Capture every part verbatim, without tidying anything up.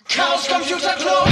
Chaos Computer Club.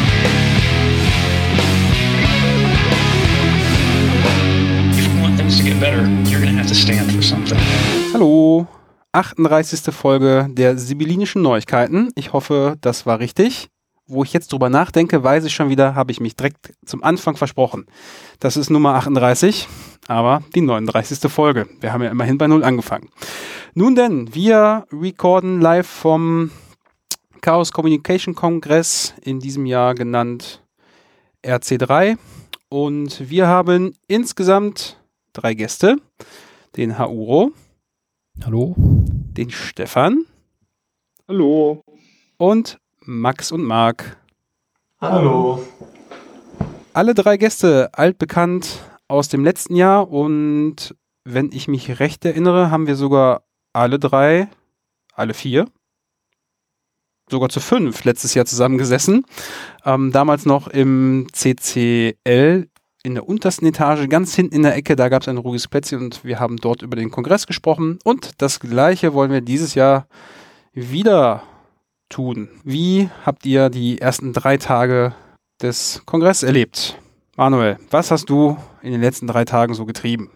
If you want things to get better, you're gonna have to stand for something. Hallo, achtunddreißigste Folge der Sibyllinischen Neuigkeiten. Ich hoffe, das war richtig. Wo ich jetzt drüber nachdenke, weiß ich schon wieder, habe ich mich direkt zum Anfang versprochen. Das ist Nummer achtunddreißig, aber die neununddreißigste Folge. Wir haben ja immerhin bei Null angefangen. Nun denn, wir recorden live vom Chaos Communication Kongress, in diesem Jahr genannt R C drei. Und wir haben insgesamt drei Gäste. Den Hauro. Hallo. Den Stefan. Hallo. Und Max und Marc. Hallo. Alle drei Gäste altbekannt aus dem letzten Jahr und wenn ich mich recht erinnere, haben wir sogar alle drei, alle vier, sogar zu fünf letztes Jahr zusammengesessen. Ähm, damals noch im C C L in der untersten Etage, ganz hinten in der Ecke, da gab es ein ruhiges Plätzchen und wir haben dort über den Kongress gesprochen und das Gleiche wollen wir dieses Jahr wieder tun. Wie habt ihr die ersten drei Tage des Kongresses erlebt? Manuel, was hast du in den letzten drei Tagen so getrieben?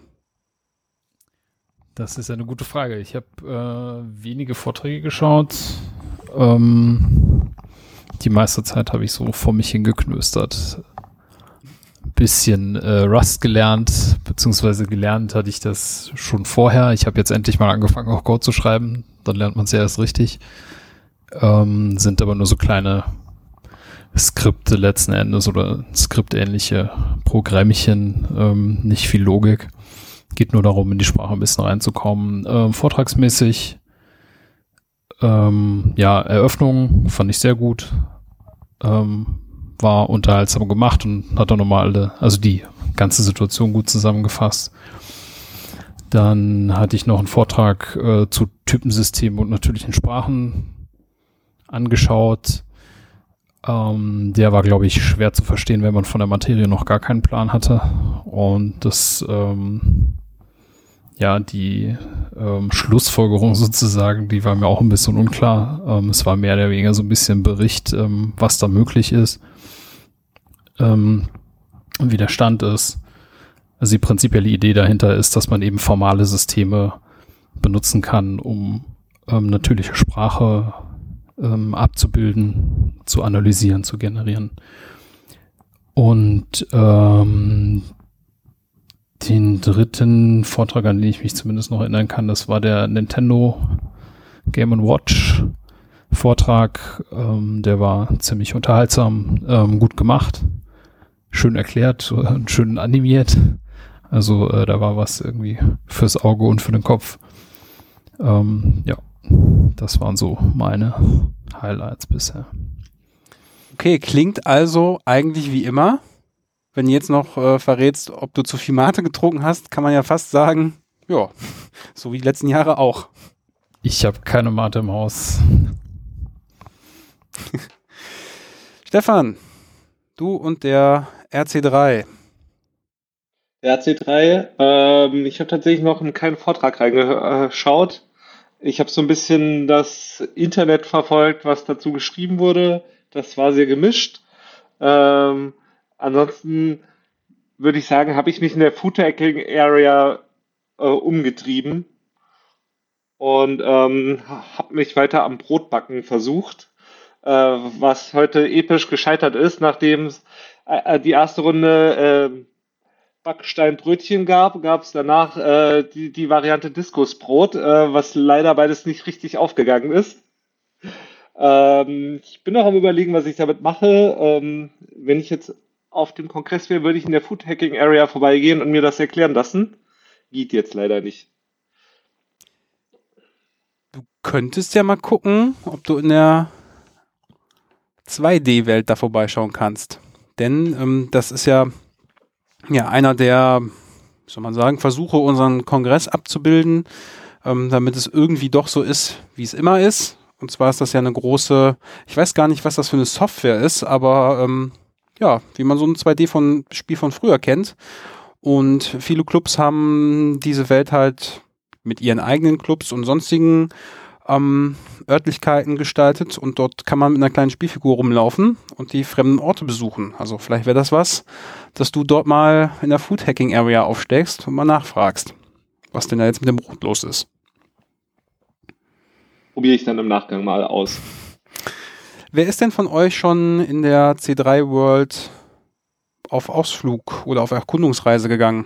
Das ist eine gute Frage. Ich habe äh, wenige Vorträge geschaut. Ähm, die meiste Zeit habe ich so vor mich hingeknöstert. Ein bisschen äh, Rust gelernt, beziehungsweise gelernt hatte ich das schon vorher. Ich habe jetzt endlich mal angefangen, auch Code zu schreiben. Dann lernt man es ja erst richtig. Ähm, sind aber nur so kleine Skripte letzten Endes oder skriptähnliche Programmchen, ähm, nicht viel Logik. Geht nur darum, in die Sprache ein bisschen reinzukommen. Ähm, vortragsmäßig, ähm, ja, Eröffnung fand ich sehr gut. Ähm, war unterhaltsam gemacht und hat auch nochmal alle, also die ganze Situation gut zusammengefasst. Dann hatte ich noch einen Vortrag äh, zu Typensystemen und natürlichen Sprachen angeschaut. Ähm, der war, glaube ich, schwer zu verstehen, wenn man von der Materie noch gar keinen Plan hatte. Und das, ähm, ja, die ähm, Schlussfolgerung sozusagen, die war mir auch ein bisschen unklar. Ähm, es war mehr oder weniger so ein bisschen Bericht, ähm, was da möglich ist, ähm, wie der Stand ist. Also die prinzipielle Idee dahinter ist, dass man eben formale Systeme benutzen kann, um ähm, natürliche Sprache ähm, abzubilden, zu analysieren, zu generieren. Und ähm, den dritten Vortrag, an den ich mich zumindest noch erinnern kann, das war der Nintendo Game and Watch Vortrag. Ähm, der war ziemlich unterhaltsam, ähm, gut gemacht, schön erklärt und schön animiert. Also äh, da war was irgendwie fürs Auge und für den Kopf. Ähm, ja, das waren so meine Highlights bisher. Okay, klingt also eigentlich wie immer. Wenn du jetzt noch äh, verrätst, ob du zu viel Mate getrunken hast, kann man ja fast sagen, ja, so wie die letzten Jahre auch. Ich habe keine Mate im Haus. Stefan, du und der R C drei. Der R C drei, ähm, ich habe tatsächlich noch in keinen Vortrag reingeschaut. Ich habe so ein bisschen das Internet verfolgt, was dazu geschrieben wurde. Das war sehr gemischt. Ähm, ansonsten würde ich sagen, habe ich mich in der Food-Hacking-Area äh, umgetrieben und ähm, habe mich weiter am Brotbacken versucht, äh, was heute episch gescheitert ist, nachdem es äh, die erste Runde äh, Backsteinbrötchen gab, gab es danach äh, die, die Variante Diskusbrot, äh, was leider beides nicht richtig aufgegangen ist. Ähm, ich bin noch am Überlegen, was ich damit mache. Ähm, wenn ich jetzt auf dem Kongress wäre, würde ich in der Food Hacking Area vorbeigehen und mir das erklären lassen. Geht jetzt leider nicht. Du könntest ja mal gucken, ob du in der zwei D Welt da vorbeischauen kannst. Denn ähm, das ist ja Ja, einer der, wie soll man sagen, Versuche, unseren Kongress abzubilden, ähm, damit es irgendwie doch so ist, wie es immer ist. Und zwar ist das ja eine große, ich weiß gar nicht, was das für eine Software ist, aber ähm, ja, wie man so ein zwei D von Spiel von früher kennt. Und viele Clubs haben diese Welt halt mit ihren eigenen Clubs und sonstigen ähm, Örtlichkeiten gestaltet und dort kann man mit einer kleinen Spielfigur rumlaufen und die fremden Orte besuchen. Also vielleicht wäre das was, dass du dort mal in der Food-Hacking-Area aufsteckst und mal nachfragst, was denn da jetzt mit dem Brot los ist. Probiere ich dann im Nachgang mal aus. Wer ist denn von euch schon in der C drei World auf Ausflug oder auf Erkundungsreise gegangen?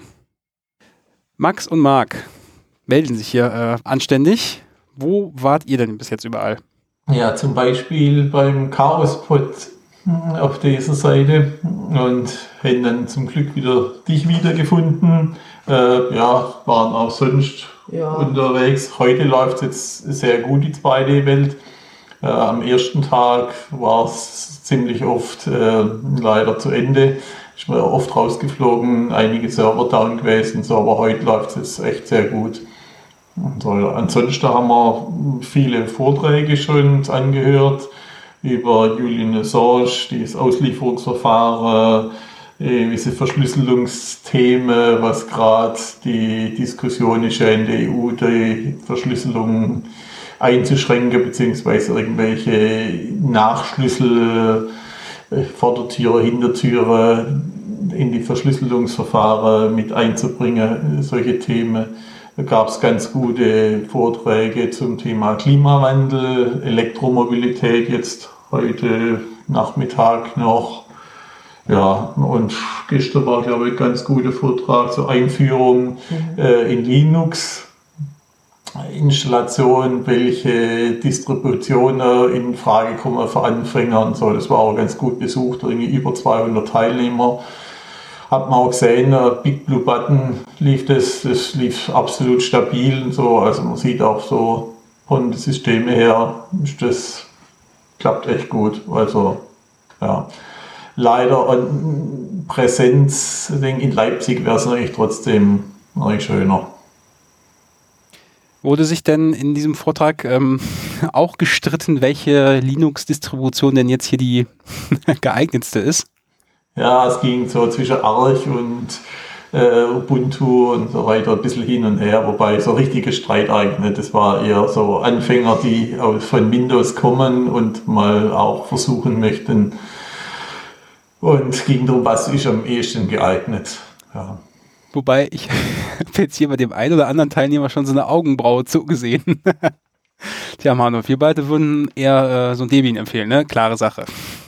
Max und Marc melden sich hier äh, anständig. Wo wart ihr denn bis jetzt überall? Ja, zum Beispiel beim Chaospot auf dieser Seite und haben dann zum Glück wieder dich wiedergefunden. Äh, ja, waren auch sonst ja. unterwegs. Heute läuft es jetzt sehr gut, die zweite Welt. Äh, am ersten Tag war es ziemlich oft äh, leider zu Ende. Ich war oft rausgeflogen, einige Server down gewesen, so, aber heute läuft es echt sehr gut. So, ansonsten haben wir viele Vorträge schon angehört über Julian Assange, dieses Auslieferungsverfahren, gewisse Verschlüsselungsthemen, was gerade die Diskussion ist ja in der E U, die Verschlüsselung einzuschränken, beziehungsweise irgendwelche Nachschlüssel, Vordertüre, Hintertüre in die Verschlüsselungsverfahren mit einzubringen, solche Themen. Da gab es ganz gute Vorträge zum Thema Klimawandel, Elektromobilität jetzt heute Nachmittag noch. Ja, und gestern war, glaube ich, ein ganz guter Vortrag zur Einführung mhm. äh, in Linux. Installation, welche Distributionen in Frage kommen für Anfänger und so. Das war auch ganz gut besucht, irgendwie über zweihundert Teilnehmer. Hat man auch gesehen, Big Blue Button lief das, das lief absolut stabil und so. Also man sieht auch so von den Systemen her, das klappt echt gut. Also ja, leider ein Präsenzding in Leipzig wäre es natürlich trotzdem natürlich schöner. Wurde sich denn in diesem Vortrag ähm, auch gestritten, welche Linux-Distribution denn jetzt hier die geeignetste ist? Ja, es ging so zwischen Arch und äh, Ubuntu und so weiter ein bisschen hin und her, wobei so richtige Streit eigentlich, das war eher so Anfänger, die von Windows kommen und mal auch versuchen möchten. Und ging darum, was ist am ehesten geeignet. Ja. Wobei, ich habe jetzt hier bei dem einen oder anderen Teilnehmer schon so eine Augenbraue zugesehen. Tja, Manu, wir beide würden eher äh, so ein Debian empfehlen, ne? Klare Sache.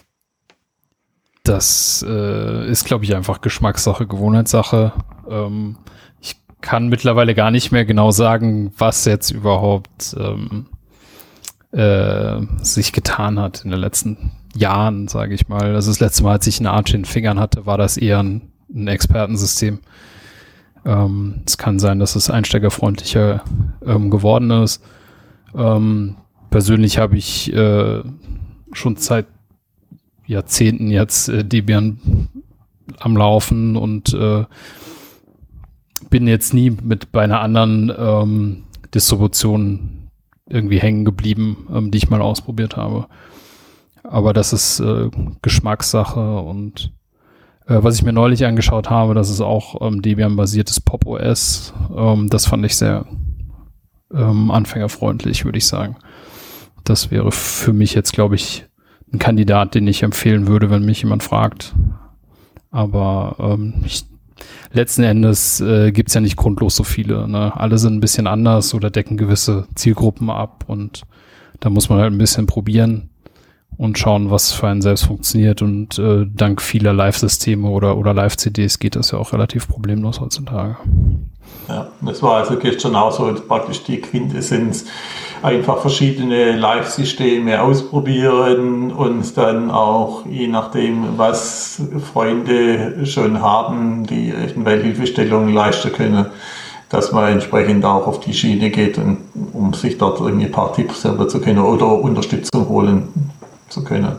Das äh, ist, glaube ich, einfach Geschmackssache, Gewohnheitssache. Ähm, ich kann mittlerweile gar nicht mehr genau sagen, was jetzt überhaupt ähm, äh, sich getan hat in den letzten Jahren, sage ich mal. Also das letzte Mal, als ich eine Arch in den Fingern hatte, war das eher ein, ein Expertensystem. Ähm, es kann sein, dass es einsteigerfreundlicher ähm, geworden ist. Ähm, persönlich habe ich äh, schon seit Jahrzehnten jetzt äh, Debian am Laufen und äh, bin jetzt nie mit bei einer anderen ähm, Distribution irgendwie hängen geblieben, ähm, die ich mal ausprobiert habe. Aber das ist äh, Geschmackssache und äh, was ich mir neulich angeschaut habe, das ist auch ähm, Debian-basiertes Pop O S. Ähm, das fand ich sehr ähm, anfängerfreundlich, würde ich sagen. Das wäre für mich jetzt, glaube ich, ein Kandidat, den ich empfehlen würde, wenn mich jemand fragt. Aber ähm, ich, letzten Endes äh, gibt es ja nicht grundlos so viele. Ne? Alle sind ein bisschen anders oder decken gewisse Zielgruppen ab und da muss man halt ein bisschen probieren und schauen, was für einen selbst funktioniert. Und äh, dank vieler Live-Systeme oder, oder Live-C Ds geht das ja auch relativ problemlos heutzutage. Ja, das war also gestern auch so praktisch die Quintessenz. Einfach verschiedene Live-Systeme ausprobieren und dann auch, je nachdem, was Freunde schon haben, die irgendwelche Hilfestellungen leisten können, dass man entsprechend auch auf die Schiene geht, und, um sich dort irgendwie ein paar Tipps selber zu können oder Unterstützung holen zu können.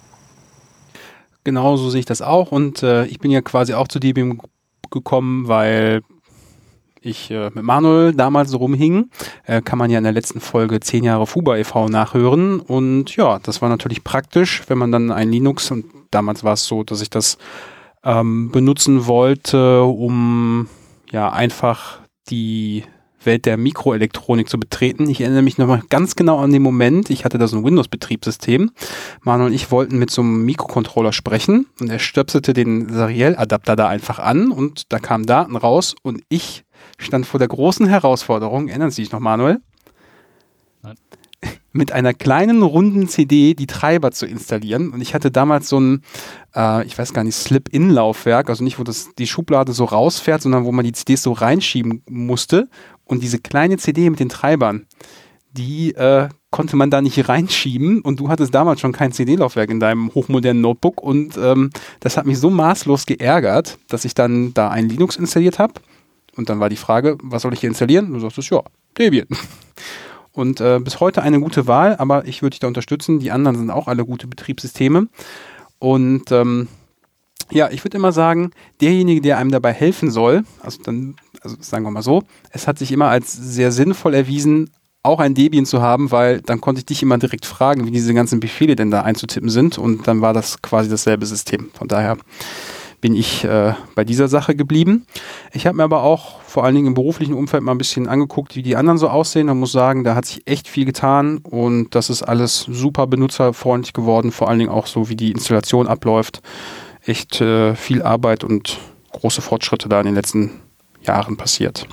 Genau so sehe ich das auch und äh, ich bin ja quasi auch zu Debian gekommen, weil ich äh, mit Manuel damals so rumhing, äh, kann man ja in der letzten Folge zehn Jahre Fuba e V nachhören und ja, das war natürlich praktisch, wenn man dann ein Linux, und damals war es so, dass ich das ähm, benutzen wollte, um ja einfach die Welt der Mikroelektronik zu betreten. Ich erinnere mich nochmal ganz genau an den Moment, ich hatte da so ein Windows-Betriebssystem. Manuel und ich wollten mit so einem Mikrocontroller sprechen und er stöpselte den Serial-Adapter da einfach an und da kamen Daten raus und ich stand vor der großen Herausforderung, erinnern Sie sich noch, Manuel? Nein. Mit einer kleinen runden C D die Treiber zu installieren. Und ich hatte damals so ein, äh, ich weiß gar nicht, Slip-In-Laufwerk, also nicht, wo das die Schublade so rausfährt, sondern wo man die C Ds so reinschieben musste. Und diese kleine C D mit den Treibern, die äh, konnte man da nicht reinschieben. Und du hattest damals schon kein C D-Laufwerk in deinem hochmodernen Notebook. Und ähm, das hat mich so maßlos geärgert, dass ich dann da ein Linux installiert habe. Und dann war die Frage, was soll ich hier installieren? Und du sagtest, ja, Debian. Und äh, bis heute eine gute Wahl, aber ich würde dich da unterstützen. Die anderen sind auch alle gute Betriebssysteme. Und ähm, ja, ich würde immer sagen, derjenige, der einem dabei helfen soll, also dann, also sagen wir mal so, es hat sich immer als sehr sinnvoll erwiesen, auch ein Debian zu haben, weil dann konnte ich dich immer direkt fragen, wie diese ganzen Befehle denn da einzutippen sind. Und dann war das quasi dasselbe System. Von daher bin ich äh, bei dieser Sache geblieben. Ich habe mir aber auch vor allen Dingen im beruflichen Umfeld mal ein bisschen angeguckt, wie die anderen so aussehen. Und muss sagen, da hat sich echt viel getan und das ist alles super benutzerfreundlich geworden, vor allen Dingen auch so, wie die Installation abläuft. Echt äh, viel Arbeit und große Fortschritte da in den letzten Jahren passiert.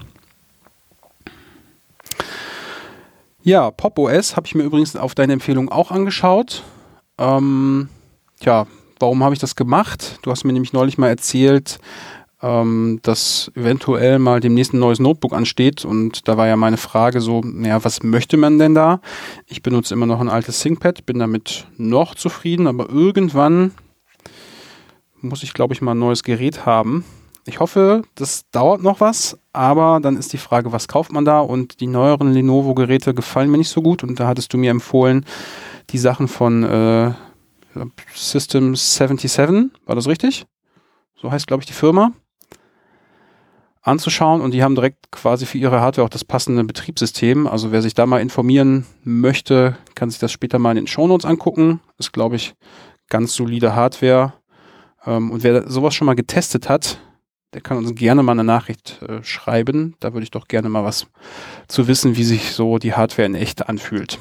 Ja, Pop! O S habe ich mir übrigens auf deine Empfehlung auch angeschaut. Ähm, ja, warum habe ich das gemacht? Du hast mir nämlich neulich mal erzählt, ähm, dass eventuell mal demnächst ein neues Notebook ansteht und da war ja meine Frage so, naja, was möchte man denn da? Ich benutze immer noch ein altes ThinkPad, bin damit noch zufrieden, aber irgendwann muss ich, glaube ich, mal ein neues Gerät haben. Ich hoffe, das dauert noch was, aber dann ist die Frage, was kauft man da? Und die neueren Lenovo-Geräte gefallen mir nicht so gut und da hattest du mir empfohlen, die Sachen von äh, System siebenundsiebzig, war das richtig? So heißt, glaube ich, die Firma. Anzuschauen und die haben direkt quasi für ihre Hardware auch das passende Betriebssystem. Also wer sich da mal informieren möchte, kann sich das später mal in den Shownotes angucken. Ist, glaube ich, ganz solide Hardware. Ähm, und wer sowas schon mal getestet hat, der kann uns gerne mal eine Nachricht äh, schreiben. Da würde ich doch gerne mal was zu wissen, wie sich so die Hardware in echt anfühlt.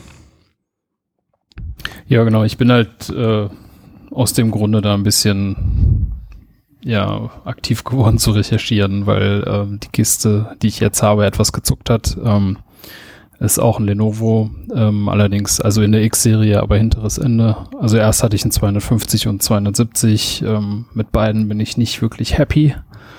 Ja, genau. Ich bin halt äh, aus dem Grunde da ein bisschen ja aktiv geworden zu recherchieren, weil ähm, die Kiste, die ich jetzt habe, etwas gezuckt hat. Ähm, ist auch ein Lenovo, ähm, allerdings also in der X-Serie, aber hinteres Ende. Also erst hatte ich einen zweihundertfünfzig und zweihundertsiebzig. Ähm, mit beiden bin ich nicht wirklich happy.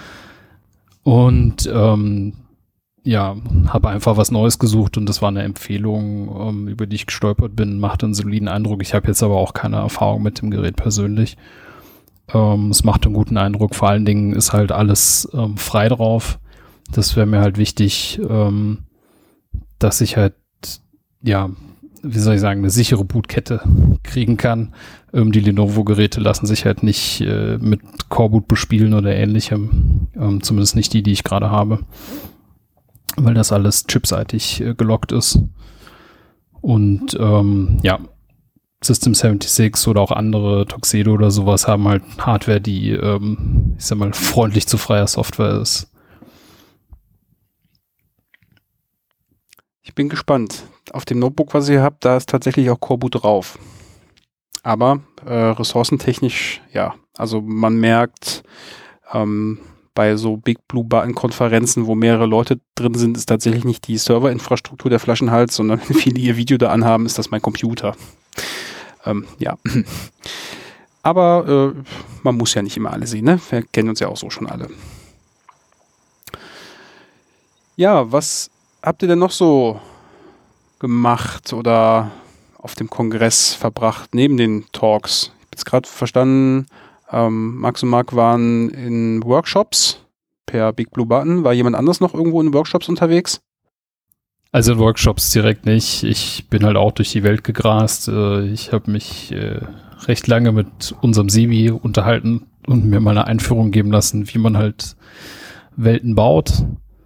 Und ähm, ja, habe einfach was Neues gesucht und das war eine Empfehlung, ähm, über die ich gestolpert bin, machte einen soliden Eindruck. Ich habe jetzt aber auch keine Erfahrung mit dem Gerät persönlich. Ähm, es macht einen guten Eindruck, vor allen Dingen ist halt alles ähm, frei drauf. Das wäre mir halt wichtig, ähm, dass ich halt, ja, wie soll ich sagen, eine sichere Bootkette kriegen kann. Ähm, die Lenovo-Geräte lassen sich halt nicht äh, mit Coreboot bespielen oder ähnlichem, ähm, zumindest nicht die, die ich gerade habe, weil das alles chipseitig äh, gelockt ist. Und ähm, ja, System siebenundsechzig oder auch andere, Tuxedo oder sowas, haben halt Hardware, die, ähm, ich sag mal, freundlich zu freier Software ist. Ich bin gespannt. Auf dem Notebook, was ihr habt, da ist tatsächlich auch Coreboot drauf. Aber äh, ressourcentechnisch, ja, also man merkt, ähm, bei so Big Blue Button Konferenzen, wo mehrere Leute drin sind, ist tatsächlich nicht die Serverinfrastruktur der Flaschenhals, sondern wenn viele ihr Video da anhaben, ist das mein Computer. Ähm, ja. Aber äh, man muss ja nicht immer alle sehen, ne? Wir kennen uns ja auch so schon alle. Ja, was habt ihr denn noch so gemacht oder auf dem Kongress verbracht, neben den Talks? Ich habe jetzt gerade verstanden, ähm, Max und Marc waren in Workshops per Big Blue Button. War jemand anders noch irgendwo in Workshops unterwegs? Also in Workshops direkt nicht. Ich bin halt auch durch die Welt gegrast. Ich habe mich äh, recht lange mit unserem Sebi unterhalten und mir mal eine Einführung geben lassen, wie man halt Welten baut.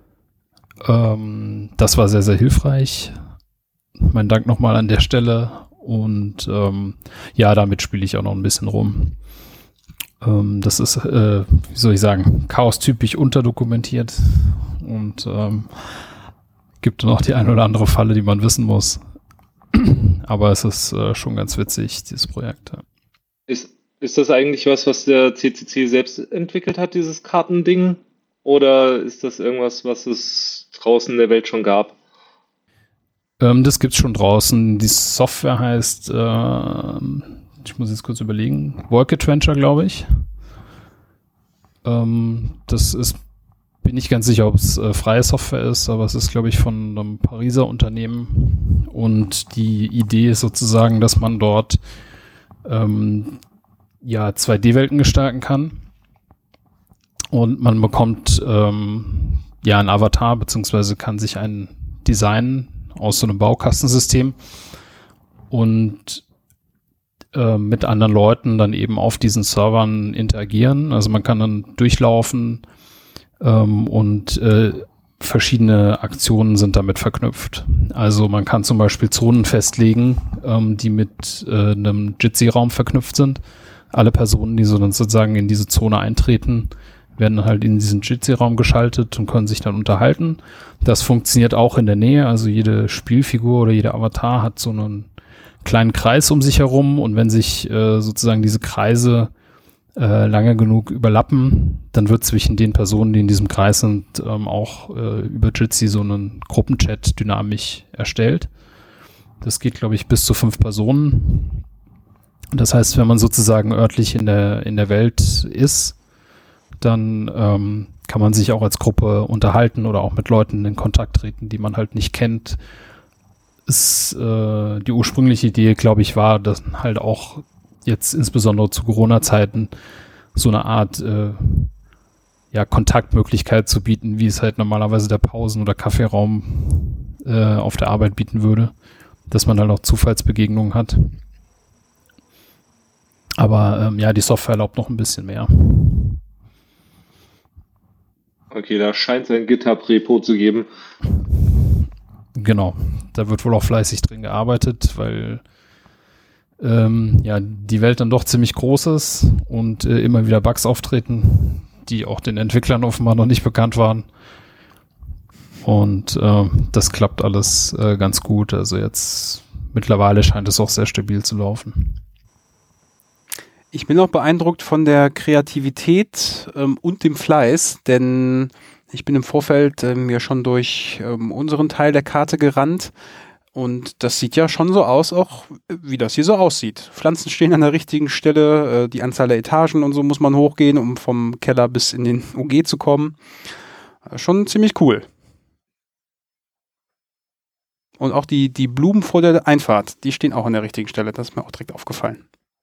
Ähm, das war sehr, sehr hilfreich. Mein Dank nochmal an der Stelle. Und ähm, ja, damit spiele ich auch noch ein bisschen rum. Ähm, das ist, äh, wie soll ich sagen, chaostypisch unterdokumentiert. Und ähm, gibt noch die ein oder andere Falle, die man wissen muss. Aber es ist äh, schon ganz witzig, dieses Projekt. Ja. Ist, ist das eigentlich was, was der C C C selbst entwickelt hat, dieses Kartending? Oder ist das irgendwas, was es draußen in der Welt schon gab? Ähm, das gibt's schon draußen. Die Software heißt, äh, ich muss jetzt kurz überlegen, Work Adventure, glaube ich. Ähm, das ist, bin ich ganz sicher, ob es äh, freie Software ist, aber es ist, glaube ich, von einem Pariser Unternehmen. Und die Idee ist sozusagen, dass man dort ähm, ja zwei D-Welten gestalten kann. Und man bekommt ähm, ja einen Avatar, beziehungsweise kann sich einen designen aus so einem Baukastensystem und äh, mit anderen Leuten dann eben auf diesen Servern interagieren. Also man kann dann durchlaufen ähm, und äh, verschiedene Aktionen sind damit verknüpft. Also man kann zum Beispiel Zonen festlegen, ähm, die mit äh, einem Jitsi-Raum verknüpft sind. Alle Personen, die so dann sozusagen in diese Zone eintreten, werden halt in diesen Jitsi-Raum geschaltet und können sich dann unterhalten. Das funktioniert auch in der Nähe, also jede Spielfigur oder jeder Avatar hat so einen kleinen Kreis um sich herum und wenn sich äh, sozusagen diese Kreise äh, lange genug überlappen, dann wird zwischen den Personen, die in diesem Kreis sind, ähm, auch äh, über Jitsi so einen Gruppenchat dynamisch erstellt. Das geht, glaube ich, bis zu fünf Personen. Das heißt, wenn man sozusagen örtlich in der, in der Welt ist, dann ähm, kann man sich auch als Gruppe unterhalten oder auch mit Leuten in Kontakt treten, die man halt nicht kennt. Ist, äh, die ursprüngliche Idee, glaube ich, war, dass halt auch jetzt insbesondere zu Corona-Zeiten so eine Art äh, ja, Kontaktmöglichkeit zu bieten, wie es halt normalerweise der Pausen- oder Kaffeeraum äh, auf der Arbeit bieten würde, dass man halt auch Zufallsbegegnungen hat. Aber ähm, ja, die Software erlaubt noch ein bisschen mehr. Okay, da scheint es ein GitHub-Repo zu geben. Genau, da wird wohl auch fleißig drin gearbeitet, weil ähm, ja die Welt dann doch ziemlich groß ist und äh, immer wieder Bugs auftreten, die auch den Entwicklern offenbar noch nicht bekannt waren. Und äh, das klappt alles äh, ganz gut. Also jetzt mittlerweile scheint es auch sehr stabil zu laufen. Ich bin auch beeindruckt von der Kreativität ähm, und dem Fleiß, denn ich bin im Vorfeld ähm, ja schon durch ähm, unseren Teil der Karte gerannt und das sieht ja schon so aus, auch wie das hier so aussieht. Pflanzen stehen an der richtigen Stelle, äh, die Anzahl der Etagen und so muss man hochgehen, um vom Keller bis in den O G zu kommen. Äh, schon ziemlich cool. Und auch die, die Blumen vor der Einfahrt, die stehen auch an der richtigen Stelle, das ist mir auch direkt aufgefallen.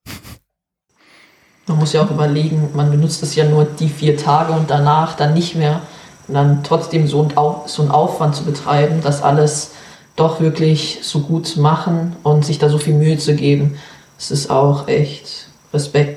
Man muss ja auch überlegen, man benutzt es ja nur die vier Tage und danach dann nicht mehr. Und dann trotzdem so einen, Auf, so einen Aufwand zu betreiben, das alles doch wirklich so gut zu machen und sich da so viel Mühe zu geben, das ist auch echt Respekt.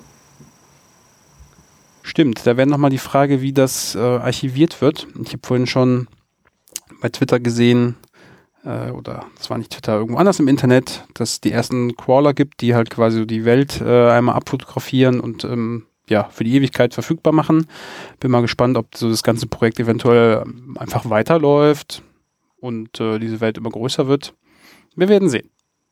Stimmt, da wäre nochmal die Frage, wie das äh, archiviert wird. Ich habe vorhin schon bei Twitter gesehen, äh, oder das war nicht Twitter, irgendwo anders im Internet, dass es die ersten Crawler gibt, die halt quasi so die Welt äh, einmal abfotografieren und ähm, ja, für die Ewigkeit verfügbar machen. Bin mal gespannt, ob so das ganze Projekt eventuell einfach weiterläuft und äh, diese Welt immer größer wird. Wir werden sehen.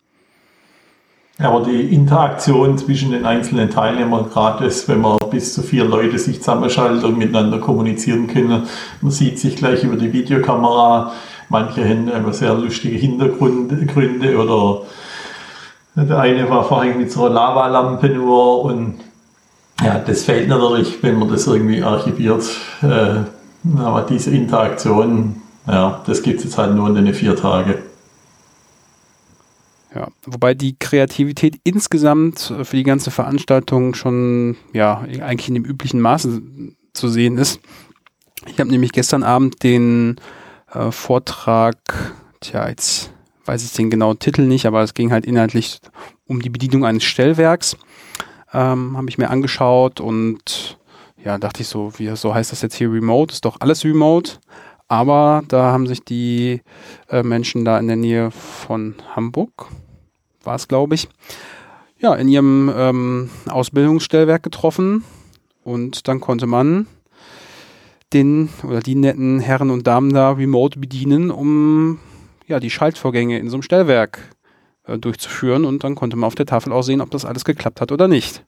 Aber die Interaktion zwischen den einzelnen Teilnehmern, gerade das, wenn man bis zu vier Leute sich zusammenschaltet und miteinander kommunizieren können, man sieht sich gleich über die Videokamera, manche haben immer sehr lustige Hintergründe oder der eine war vorhin mit so einer Lavalampe nur und ja, das fehlt natürlich, wenn man das irgendwie archiviert. Äh, aber diese Interaktion, ja, das gibt es jetzt halt nur in den vier Tagen. Ja, wobei die Kreativität insgesamt für die ganze Veranstaltung schon ja eigentlich in dem üblichen Maße zu sehen ist. Ich habe nämlich gestern Abend den äh, Vortrag, tja, jetzt weiß ich den genauen Titel nicht, aber es ging halt inhaltlich um die Bedienung eines Stellwerks. Ähm, habe ich mir angeschaut und ja, dachte ich so, wie so heißt das jetzt hier Remote? Ist doch alles Remote. Aber da haben sich die äh, Menschen da in der Nähe von Hamburg, war es glaube ich, ja, in ihrem ähm, Ausbildungsstellwerk getroffen und dann konnte man den oder die netten Herren und Damen da remote bedienen, um ja die Schaltvorgänge in so einem Stellwerk äh, durchzuführen, und dann konnte man auf der Tafel auch sehen, ob das alles geklappt hat oder nicht.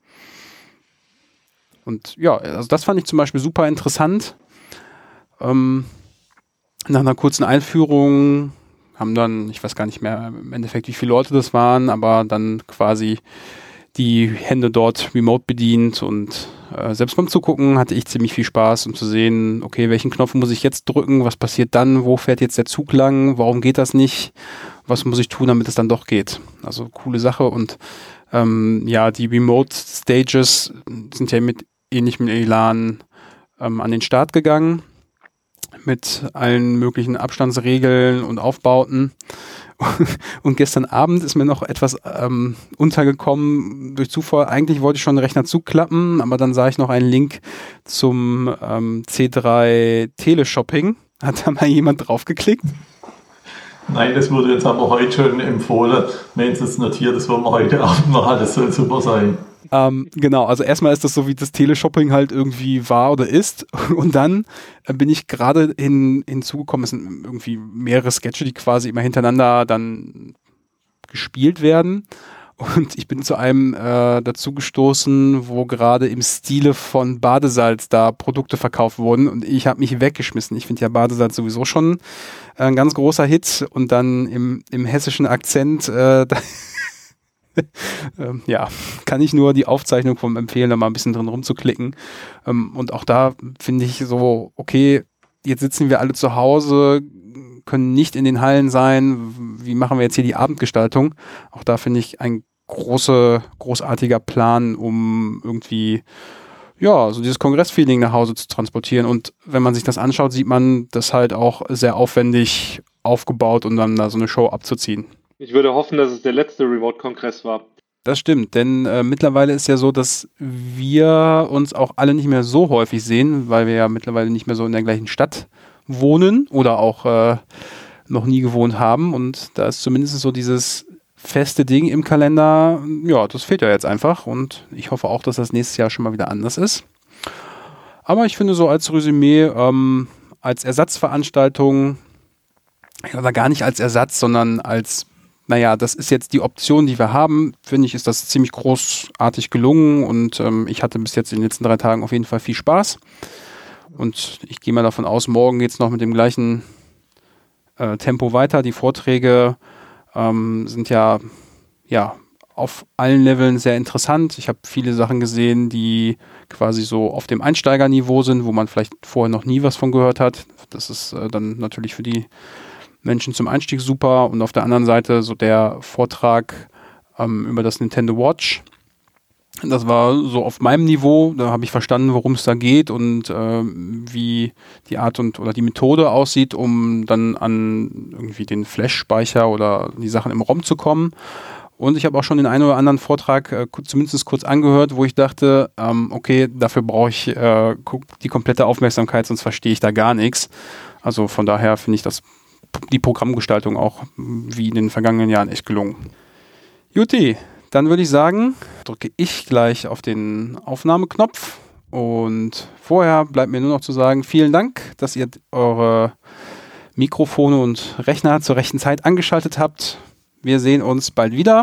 Und ja, also das fand ich zum Beispiel super interessant. Ähm, nach einer kurzen Einführung haben dann, ich weiß gar nicht mehr im Endeffekt, wie viele Leute das waren, aber dann quasi die Hände dort remote bedient, und äh, selbst beim Zugucken hatte ich ziemlich viel Spaß, um zu sehen, okay, welchen Knopf muss ich jetzt drücken, was passiert dann, wo fährt jetzt der Zug lang, warum geht das nicht, was muss ich tun, damit es dann doch geht. Also coole Sache. Und ähm, ja, die Remote Stages sind ja mit ähnlichem Elan ähm, an den Start gegangen, mit allen möglichen Abstandsregeln und Aufbauten. Und gestern Abend ist mir noch etwas ähm, untergekommen durch Zufall. Eigentlich wollte ich schon den Rechner zuklappen, aber dann sah ich noch einen Link zum ähm, C drei Teleshopping. Hat da mal jemand draufgeklickt? Nein, das wurde jetzt aber heute schon empfohlen. Wenn es jetzt notiert, das wollen wir heute Abend machen, das soll super sein. Ähm, genau, also erstmal ist das so, wie das Teleshopping halt irgendwie war oder ist, und dann äh, bin ich gerade hin, hinzugekommen, es sind irgendwie mehrere Sketche, die quasi immer hintereinander dann gespielt werden, und ich bin zu einem äh, dazu gestoßen, wo gerade im Stile von Badesalz da Produkte verkauft wurden, und ich habe mich weggeschmissen. Ich finde ja Badesalz sowieso schon äh, ein ganz großer Hit, und dann im, im hessischen Akzent äh, da ähm, ja, kann ich nur die Aufzeichnung vom empfehlen, da mal ein bisschen drin rumzuklicken. Ähm, und auch da finde ich so, okay, jetzt sitzen wir alle zu Hause, können nicht in den Hallen sein. Wie machen wir jetzt hier die Abendgestaltung? Auch da finde ich ein große, großartiger Plan, um irgendwie ja, so dieses Kongressfeeling nach Hause zu transportieren. Und wenn man sich das anschaut, sieht man das halt auch sehr aufwendig aufgebaut, um dann da so eine Show abzuziehen. Ich würde hoffen, dass es der letzte Remote-Kongress war. Das stimmt, denn äh, mittlerweile ist ja so, dass wir uns auch alle nicht mehr so häufig sehen, weil wir ja mittlerweile nicht mehr so in der gleichen Stadt wohnen oder auch äh, noch nie gewohnt haben. Und da ist zumindest so dieses feste Ding im Kalender, ja, das fehlt ja jetzt einfach. Und ich hoffe auch, dass das nächstes Jahr schon mal wieder anders ist. Aber ich finde so als Resümee, ähm, als Ersatzveranstaltung, oder gar nicht als Ersatz, sondern als naja, das ist jetzt die Option, die wir haben, finde ich, ist das ziemlich großartig gelungen, und ähm, ich hatte bis jetzt in den letzten drei Tagen auf jeden Fall viel Spaß, und ich gehe mal davon aus, morgen geht es noch mit dem gleichen äh, Tempo weiter. Die Vorträge ähm, sind ja, ja auf allen Leveln sehr interessant. Ich habe viele Sachen gesehen, die quasi so auf dem Einsteigerniveau sind, wo man vielleicht vorher noch nie was von gehört hat. Das ist äh, dann natürlich für die Menschen zum Einstieg super. Und auf der anderen Seite so der Vortrag ähm, über das Nintendo Watch. Das war so auf meinem Niveau. Da habe ich verstanden, worum es da geht und äh, wie die Art und oder die Methode aussieht, um dann an irgendwie den Flash-Speicher oder die Sachen im ROM zu kommen. Und ich habe auch schon den einen oder anderen Vortrag äh, zumindest kurz angehört, wo ich dachte, ähm, okay, dafür brauche ich äh, die komplette Aufmerksamkeit, sonst verstehe ich da gar nichts. Also von daher finde ich das die Programmgestaltung auch wie in den vergangenen Jahren echt gelungen. Juti, dann würde ich sagen, drücke ich gleich auf den Aufnahmeknopf, und vorher bleibt mir nur noch zu sagen, vielen Dank, dass ihr eure Mikrofone und Rechner zur rechten Zeit angeschaltet habt. Wir sehen uns bald wieder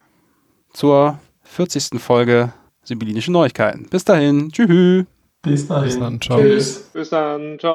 zur vierzigsten Folge Sibyllinische Neuigkeiten. Bis dahin, tschüss. Bis dahin. Bis dann, ciao. Tschüss. Bis dann, ciao.